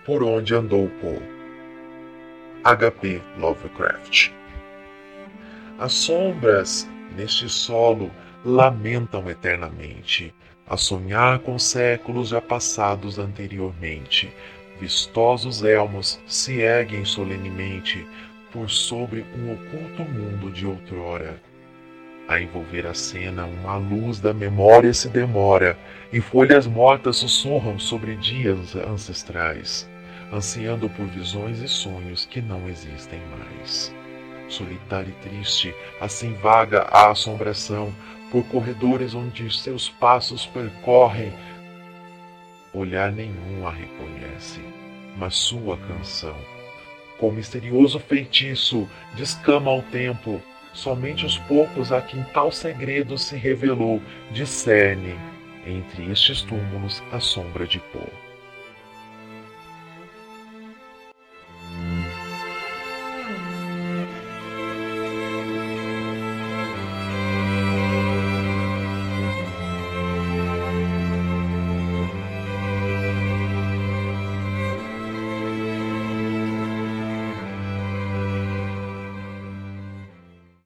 por onde andou Poe. H.P. Lovecraft. As sombras neste solo lamentam eternamente, a sonhar com séculos já passados anteriormente. Vistosos elmos se erguem solenemente por sobre um oculto mundo de outrora. A envolver a cena, uma luz da memória se demora, e folhas mortas sussurram sobre dias ancestrais, ansiando por visões e sonhos que não existem mais. Solitária e triste, assim vaga a assombração por corredores onde seus passos percorrem. Olhar nenhum a reconhece, mas sua canção, com misterioso feitiço, descama ao tempo. Somente os poucos a quem tal segredo se revelou discerne entre estes túmulos a sombra de Poe.